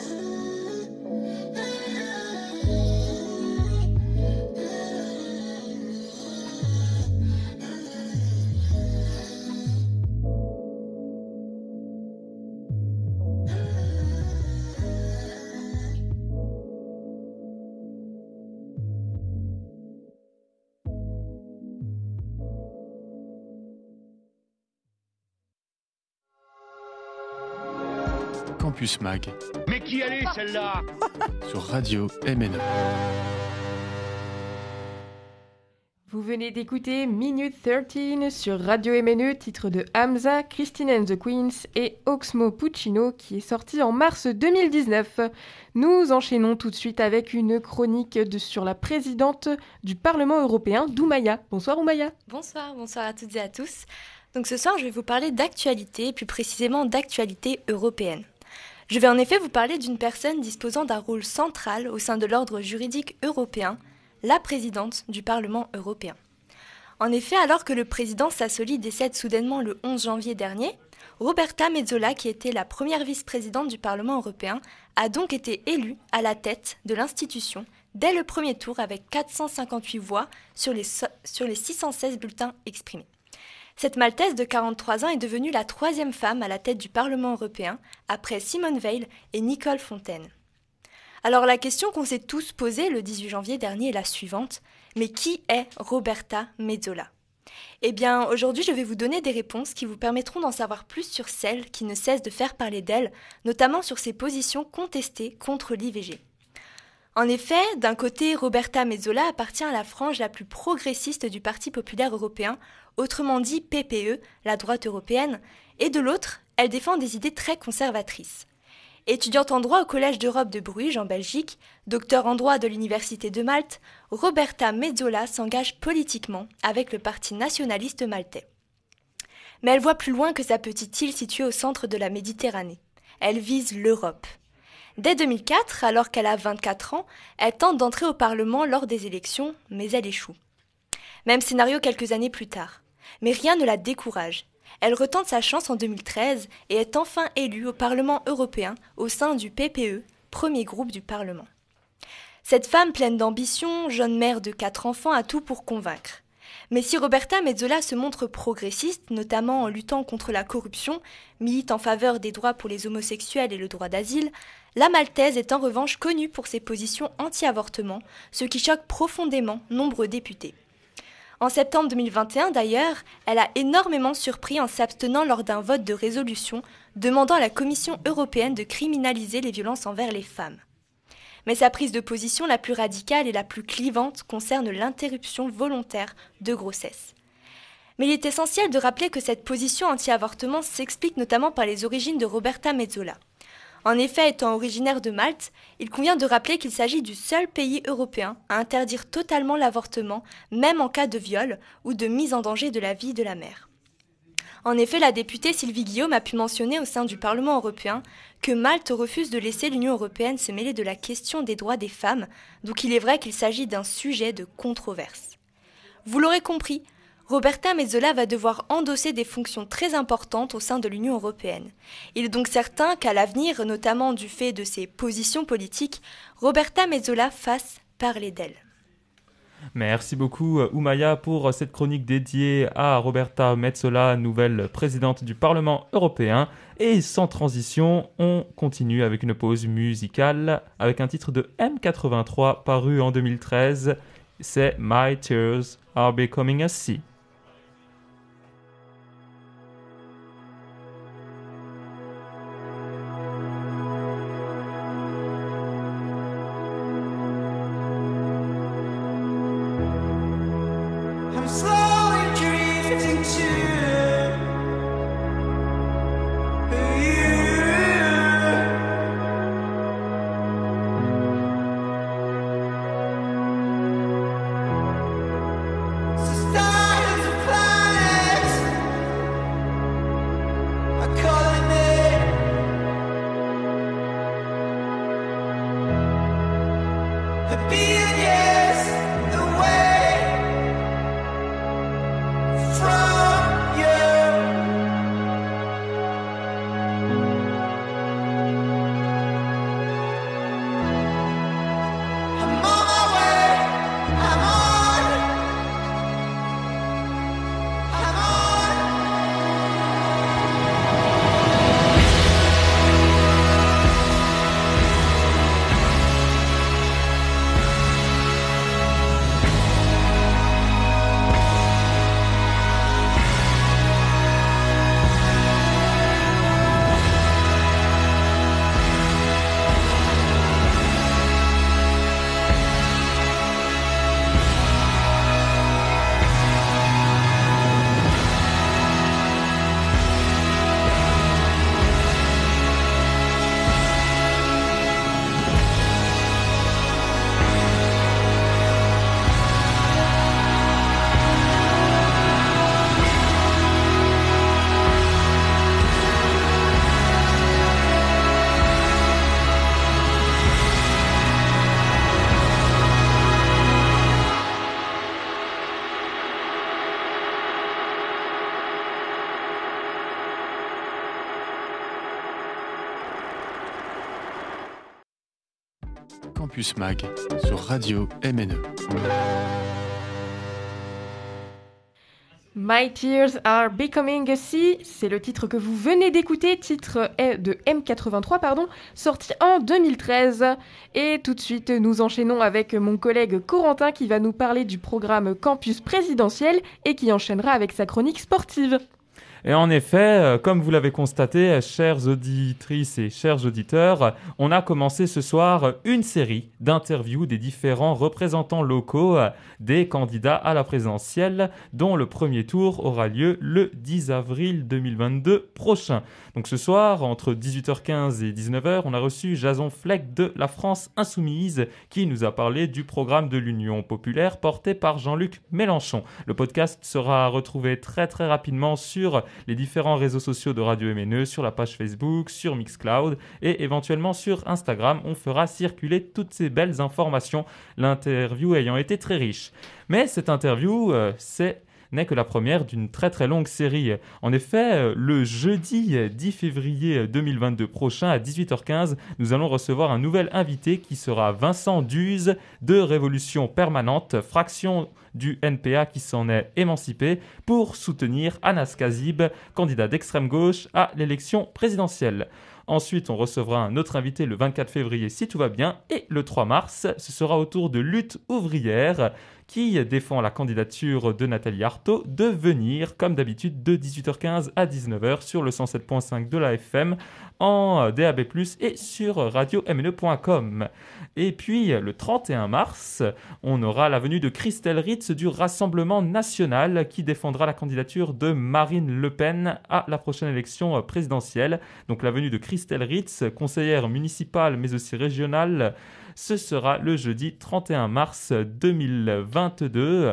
Campus Mag Mais qui allait celle-là? sur Radio M N E. Vous venez d'écouter Minute treize sur Radio M N E, titre de Hamza, Christine and the Queens et Oxmo Puccino, qui est sorti en mars deux mille dix-neuf. Nous enchaînons tout de suite avec une chronique de, sur la présidente du Parlement européen, Doumaya. Bonsoir Doumaya. Bonsoir, bonsoir à toutes et à tous. Donc ce soir, je vais vous parler d'actualité, plus précisément d'actualité européenne. Je vais en effet vous parler d'une personne disposant d'un rôle central au sein de l'ordre juridique européen, la présidente du Parlement européen. En effet, alors que le président Sassoli décède soudainement le onze janvier dernier, Roberta Metsola, qui était la première vice-présidente du Parlement européen, a donc été élue à la tête de l'institution dès le premier tour avec quatre cent cinquante-huit voix sur les, so- sur les six cent seize bulletins exprimés. Cette Maltaise de quarante-trois ans est devenue la troisième femme à la tête du Parlement européen, après Simone Veil et Nicole Fontaine. Alors la question qu'on s'est tous posée le dix-huit janvier dernier est la suivante, mais qui est Roberta Metsola ? Eh bien, aujourd'hui, je vais vous donner des réponses qui vous permettront d'en savoir plus sur celle qui ne cesse de faire parler d'elle, notamment sur ses positions contestées contre l'I V G. En effet, d'un côté, Roberta Metsola appartient à la frange la plus progressiste du Parti populaire européen, autrement dit P P E, la droite européenne, et de l'autre, elle défend des idées très conservatrices. Étudiante en droit au Collège d'Europe de Bruges, en Belgique, docteur en droit de l'Université de Malte, Roberta Metsola s'engage politiquement avec le Parti nationaliste maltais. Mais elle voit plus loin que sa petite île située au centre de la Méditerranée. Elle vise l'Europe. Dès deux mille quatre, alors qu'elle a vingt-quatre ans, elle tente d'entrer au Parlement lors des élections, mais elle échoue. Même scénario quelques années plus tard. Mais rien ne la décourage. Elle retente sa chance en deux mille treize et est enfin élue au Parlement européen au sein du P P E, premier groupe du Parlement. Cette femme pleine d'ambition, jeune mère de quatre enfants, a tout pour convaincre. Mais si Roberta Metsola se montre progressiste, notamment en luttant contre la corruption, milite en faveur des droits pour les homosexuels et le droit d'asile, la Maltaise est en revanche connue pour ses positions anti-avortement, ce qui choque profondément nombreux députés. En septembre deux mille vingt et un d'ailleurs, elle a énormément surpris en s'abstenant lors d'un vote de résolution demandant à la Commission européenne de criminaliser les violences envers les femmes. Mais sa prise de position la plus radicale et la plus clivante concerne l'interruption volontaire de grossesse. Mais il est essentiel de rappeler que cette position anti-avortement s'explique notamment par les origines de Roberta Metsola. En effet, étant originaire de Malte, il convient de rappeler qu'il s'agit du seul pays européen à interdire totalement l'avortement, même en cas de viol ou de mise en danger de la vie de la mère. En effet, la députée Sylvie Guillaume a pu mentionner au sein du Parlement européen que Malte refuse de laisser l'Union européenne se mêler de la question des droits des femmes, donc il est vrai qu'il s'agit d'un sujet de controverse. Vous l'aurez compris, Roberta Metsola va devoir endosser des fonctions très importantes au sein de l'Union européenne. Il est donc certain qu'à l'avenir, notamment du fait de ses positions politiques, Roberta Metsola fasse parler d'elle. Merci beaucoup Oumaya pour cette chronique dédiée à Roberta Metsola, nouvelle présidente du Parlement européen. Et sans transition, on continue avec une pause musicale avec un titre de M quatre-vingt-trois paru en deux mille treize. C'est My Tears Are Becoming a Sea. I'm slowly drifting to you. So stars and planets are calling me. A billion years away from you. I'm on my way. I'm on. I'm on. Campus Mag sur Radio M N E. My Tears Are Becoming a Sea, c'est le titre que vous venez d'écouter, titre de M quatre-vingt-trois, pardon, sorti en deux mille treize. Et tout de suite, nous enchaînons avec mon collègue Corentin qui va nous parler du programme Campus présidentiel et qui enchaînera avec sa chronique sportive. Et en effet, comme vous l'avez constaté, chères auditrices et chers auditeurs, on a commencé ce soir une série d'interviews des différents représentants locaux des candidats à la présidentielle, dont le premier tour aura lieu le dix avril deux mille vingt-deux prochain. Donc ce soir, entre dix-huit heures quinze et dix-neuf heures, on a reçu Jason Fleck de La France Insoumise qui nous a parlé du programme de l'Union populaire porté par Jean-Luc Mélenchon. Le podcast sera retrouvé très très rapidement sur les différents réseaux sociaux de Radio M N E, sur la page Facebook, sur Mixcloud et éventuellement sur Instagram. On fera circuler toutes ces belles informations, l'interview ayant été très riche. Mais cette interview, euh, c'est... n'est que la première d'une très très longue série. En effet, le jeudi dix février deux mille vingt-deux prochain à dix-huit heures quinze, nous allons recevoir un nouvel invité qui sera Vincent Duze de Révolution Permanente, fraction du N P A qui s'en est émancipé pour soutenir Anas Kazib, candidat d'extrême gauche à l'élection présidentielle. Ensuite, on recevra un autre invité le vingt-quatre février si tout va bien. Et le trois mars, ce sera au tour de Lutte ouvrière qui défend la candidature de Nathalie Arthaud de venir, comme d'habitude, de dix-huit heures quinze à dix-neuf heures sur le cent sept virgule cinq de la F M, en D A B plus, et sur radio m n e point com. Et puis, le trente et un mars, on aura la venue de Christelle Ritz du Rassemblement National qui défendra la candidature de Marine Le Pen à la prochaine élection présidentielle. Donc la venue de Christelle Ritz, conseillère municipale mais aussi régionale, ce sera le jeudi trente et un mars deux mille vingt-deux.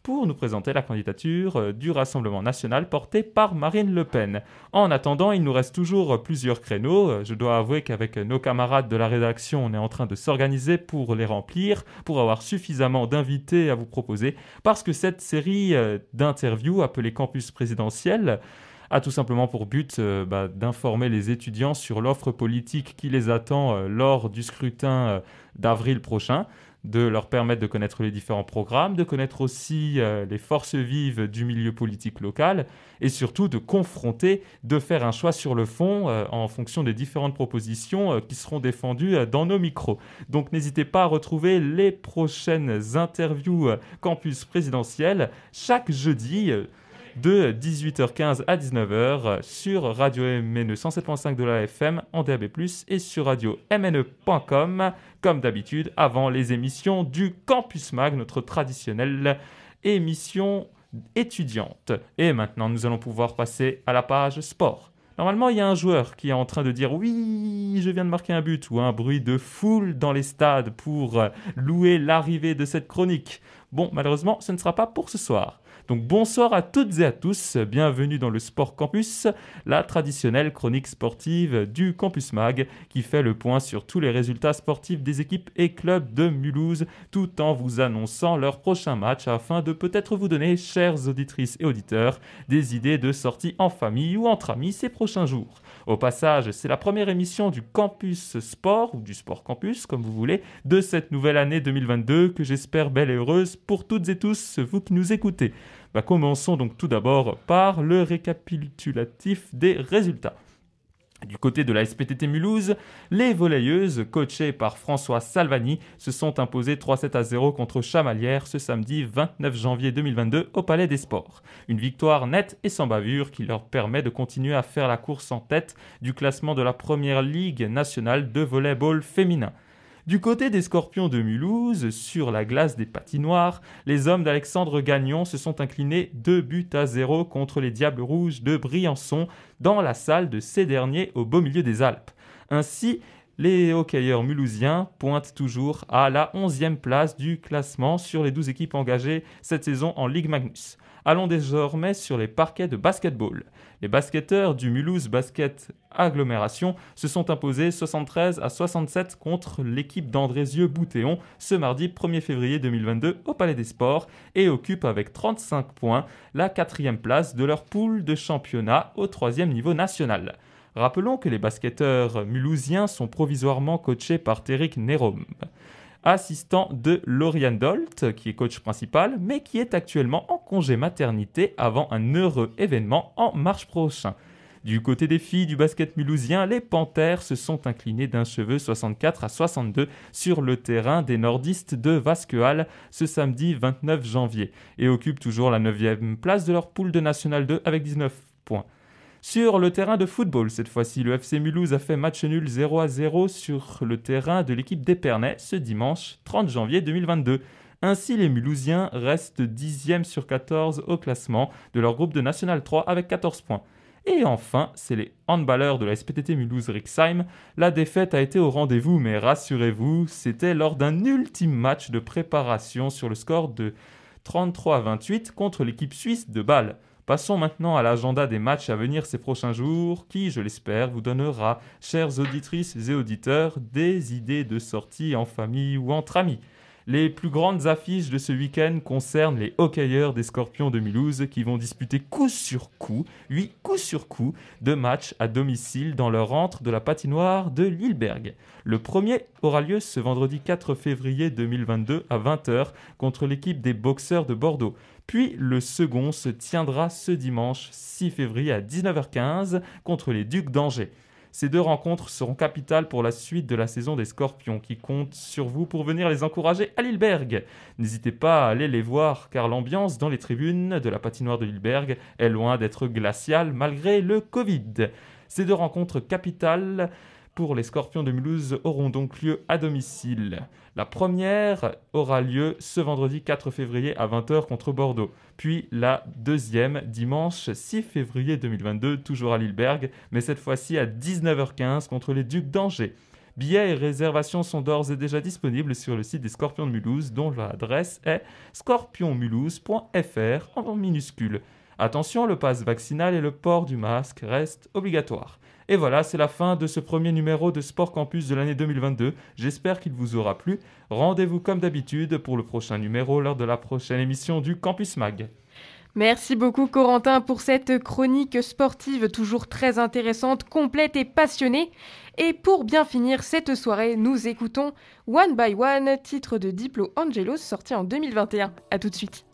pour nous présenter la candidature du Rassemblement national portée par Marine Le Pen. En attendant, il nous reste toujours plusieurs créneaux. Je dois avouer qu'avec nos camarades de la rédaction, on est en train de s'organiser pour les remplir, pour avoir suffisamment d'invités à vous proposer, parce que cette série d'interviews appelée Campus présidentiel a tout simplement pour but euh, bah, d'informer les étudiants sur l'offre politique qui les attend euh, lors du scrutin euh, d'avril prochain, de leur permettre de connaître les différents programmes, de connaître aussi euh, les forces vives du milieu politique local et surtout de confronter, de faire un choix sur le fond euh, en fonction des différentes propositions euh, qui seront défendues euh, dans nos micros. Donc n'hésitez pas à retrouver les prochaines interviews euh, Campus présidentiel chaque jeudi euh, de dix-huit heures quinze à dix-neuf heures sur Radio M N E cent sept virgule cinq de la F M en D A B plus, et sur radio m n e point com, comme d'habitude, avant les émissions du Campus Mag, notre traditionnelle émission étudiante. Et maintenant, nous allons pouvoir passer à la page sport. Normalement, il y a un joueur qui est en train de dire « Oui, je viens de marquer un but » ou un bruit de foule dans les stades pour louer l'arrivée de cette chronique. Bon, malheureusement, ce ne sera pas pour ce soir. Donc bonsoir à toutes et à tous, bienvenue dans le Sport Campus, la traditionnelle chronique sportive du Campus Mag qui fait le point sur tous les résultats sportifs des équipes et clubs de Mulhouse tout en vous annonçant leur prochain match afin de peut-être vous donner, chères auditrices et auditeurs, des idées de sortie en famille ou entre amis ces prochains jours. Au passage, c'est la première émission du Campus Sport, ou du Sport Campus, comme vous voulez, de cette nouvelle année deux mille vingt-deux, que j'espère belle et heureuse pour toutes et tous, vous qui nous écoutez. Bah, commençons donc tout d'abord par le récapitulatif des résultats. Du côté de la S P T T Mulhouse, les volleyeuses, coachées par François Salvani, se sont imposées trois sept à zéro contre Chamalières ce samedi vingt-neuf janvier deux mille vingt-deux au Palais des Sports. Une victoire nette et sans bavure qui leur permet de continuer à faire la course en tête du classement de la première ligue nationale de volley-ball féminin. Du côté des Scorpions de Mulhouse, sur la glace des patinoires, les hommes d'Alexandre Gagnon se sont inclinés deux buts à zéro contre les Diables Rouges de Briançon dans la salle de ces derniers au beau milieu des Alpes. Ainsi, les hockeyeurs mulhousiens pointent toujours à la onzième place du classement sur les douze équipes engagées cette saison en Ligue Magnus. Allons désormais sur les parquets de basketball. Les basketteurs du Mulhouse Basket Agglomération se sont imposés soixante-treize à soixante-sept contre l'équipe d'Andrézieux-Boutéon ce mardi premier février deux mille vingt-deux au Palais des Sports et occupent avec trente-cinq points la quatrième place de leur poule de championnat au troisième niveau national. Rappelons que les basketteurs mulhousiens sont provisoirement coachés par Téric Nérom, assistant de Lauriane Dolt, qui est coach principal, mais qui est actuellement en congé maternité avant un heureux événement en mars prochain. Du côté des filles du basket mulhousien, les Panthères se sont inclinées d'un cheveu soixante-quatre à soixante-deux sur le terrain des nordistes de Vasquehal ce samedi vingt-neuf janvier et occupent toujours la neuvième place de leur poule de National deux avec dix-neuf points. Sur le terrain de football, cette fois-ci, le F C Mulhouse a fait match nul zéro à zéro sur le terrain de l'équipe d'Épernay ce dimanche trente janvier deux mille vingt-deux. Ainsi, les Mulhousiens restent dixième sur quatorze au classement de leur groupe de National trois avec quatorze points. Et enfin, c'est les handballeurs de la S P T T Mulhouse-Rixheim. La défaite a été au rendez-vous, mais rassurez-vous, c'était lors d'un ultime match de préparation sur le score de trente-trois à vingt-huit contre l'équipe suisse de Bâle. Passons maintenant à l'agenda des matchs à venir ces prochains jours qui, je l'espère, vous donnera, chères auditrices et auditeurs, des idées de sortie en famille ou entre amis. Les plus grandes affiches de ce week-end concernent les hockeyeurs des Scorpions de Mulhouse qui vont disputer coup sur coup, oui, coup sur coup, de matchs à domicile dans leur antre de la patinoire de Lilleberg. Le premier aura lieu ce vendredi quatre février deux mille vingt-deux à vingt heures contre l'équipe des Boxers de Bordeaux. Puis le second se tiendra ce dimanche six février à dix-neuf heures quinze contre les Ducs d'Angers. Ces deux rencontres seront capitales pour la suite de la saison des Scorpions qui comptent sur vous pour venir les encourager à Lilleberg. N'hésitez pas à aller les voir car l'ambiance dans les tribunes de la patinoire de Lilleberg est loin d'être glaciale malgré le Covid. Ces deux rencontres capitales pour les Scorpions de Mulhouse auront donc lieu à domicile. La première aura lieu ce vendredi quatre février à vingt heures contre Bordeaux. Puis la deuxième dimanche six février deux mille vingt-deux, toujours à Lilleberg, mais cette fois-ci à dix-neuf heures quinze contre les Ducs d'Angers. Billets et réservations sont d'ores et déjà disponibles sur le site des Scorpions de Mulhouse, dont l'adresse est scorpion mulhouse point f r en minuscule. Attention, le pass vaccinal et le port du masque restent obligatoires. Et voilà, c'est la fin de ce premier numéro de Sport Campus de l'année deux mille vingt-deux. J'espère qu'il vous aura plu. Rendez-vous comme d'habitude pour le prochain numéro lors de la prochaine émission du Campus Mag. Merci beaucoup Corentin pour cette chronique sportive toujours très intéressante, complète et passionnée. Et pour bien finir cette soirée, nous écoutons One by One, titre de Diplo Angelos sorti en deux mille vingt et un. A tout de suite.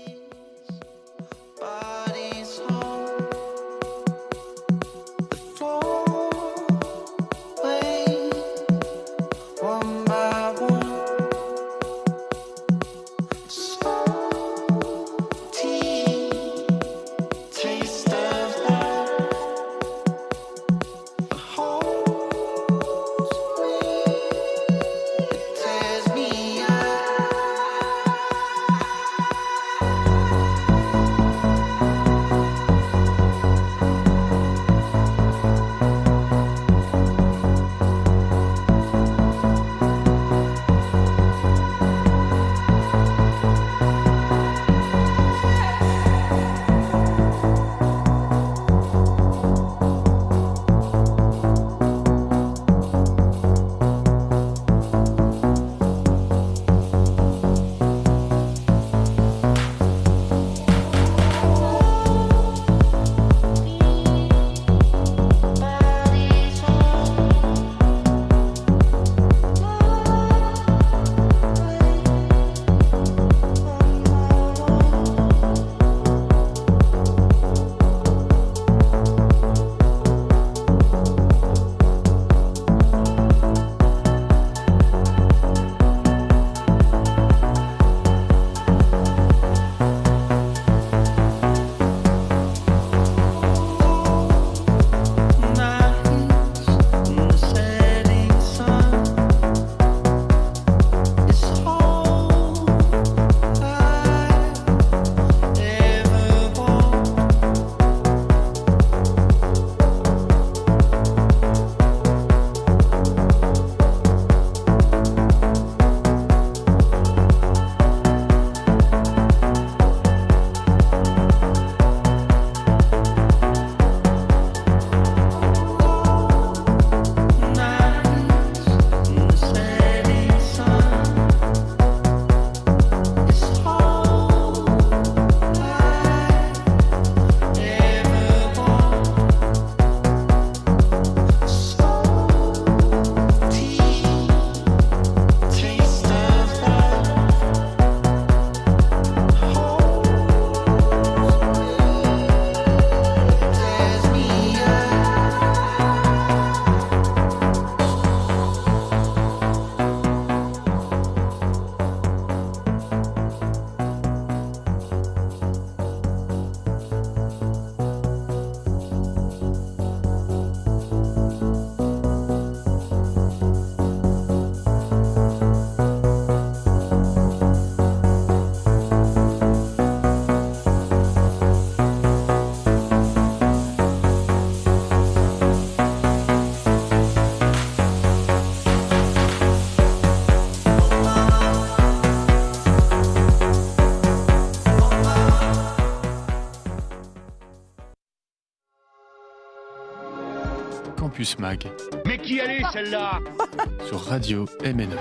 Campus Mag. Mais qui elle est celle-là? Sur Radio M N E.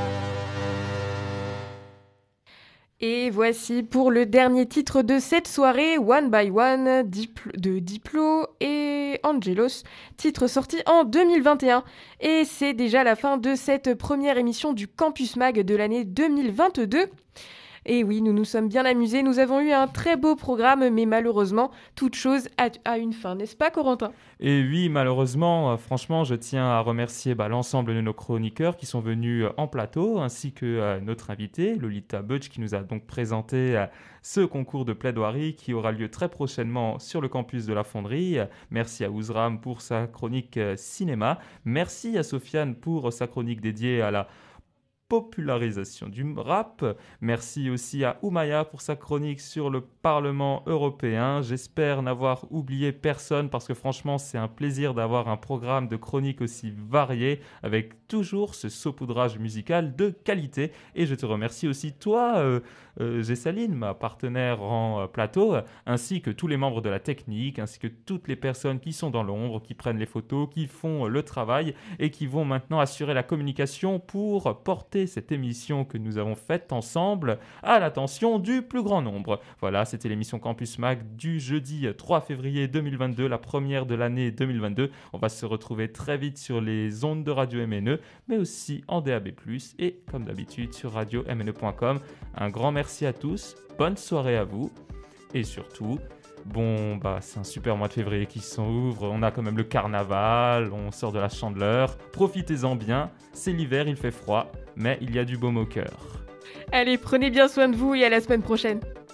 Et voici pour le dernier titre de cette soirée, One by One Diplo, de Diplo et Angelos, titre sorti en deux mille vingt et un. Et c'est déjà la fin de cette première émission du Campus Mag de l'année deux mille vingt-deux. Et oui, nous nous sommes bien amusés, nous avons eu un très beau programme, mais malheureusement, toute chose a, a une fin, n'est-ce pas Corentin? Et oui, malheureusement, euh, franchement, je tiens à remercier bah, l'ensemble de nos chroniqueurs qui sont venus euh, en plateau, ainsi que euh, notre invité, Lolita Butch, qui nous a donc présenté euh, ce concours de plaidoirie qui aura lieu très prochainement sur le campus de la Fonderie. Merci à Ouzram pour sa chronique euh, cinéma. Merci à Sofiane pour sa chronique dédiée à la popularisation du rap. Merci aussi à Oumaya pour sa chronique sur le Parlement européen. J'espère n'avoir oublié personne parce que franchement, c'est un plaisir d'avoir un programme de chroniques aussi varié avec toujours ce saupoudrage musical de qualité. Et je te remercie aussi toi, euh, euh, Gessaline, ma partenaire en euh, plateau, ainsi que tous les membres de la technique, ainsi que toutes les personnes qui sont dans l'ombre, qui prennent les photos, qui font euh, le travail et qui vont maintenant assurer la communication pour porter cette émission que nous avons faite ensemble à l'attention du plus grand nombre. Voilà, c'était l'émission Campus Mag du jeudi trois février deux mille vingt-deux, la première de l'année deux mille vingt-deux. On va se retrouver très vite sur les ondes de Radio M N E, mais aussi en D A B plus, et comme d'habitude sur radio m n e point com. Un grand merci à tous, bonne soirée à vous, et surtout, bon, bah, c'est un super mois de février qui s'ouvre, on a quand même le carnaval, on sort de la Chandeleur, profitez-en bien, c'est l'hiver, il fait froid, mais il y a du baume au cœur. Allez, prenez bien soin de vous et à la semaine prochaine.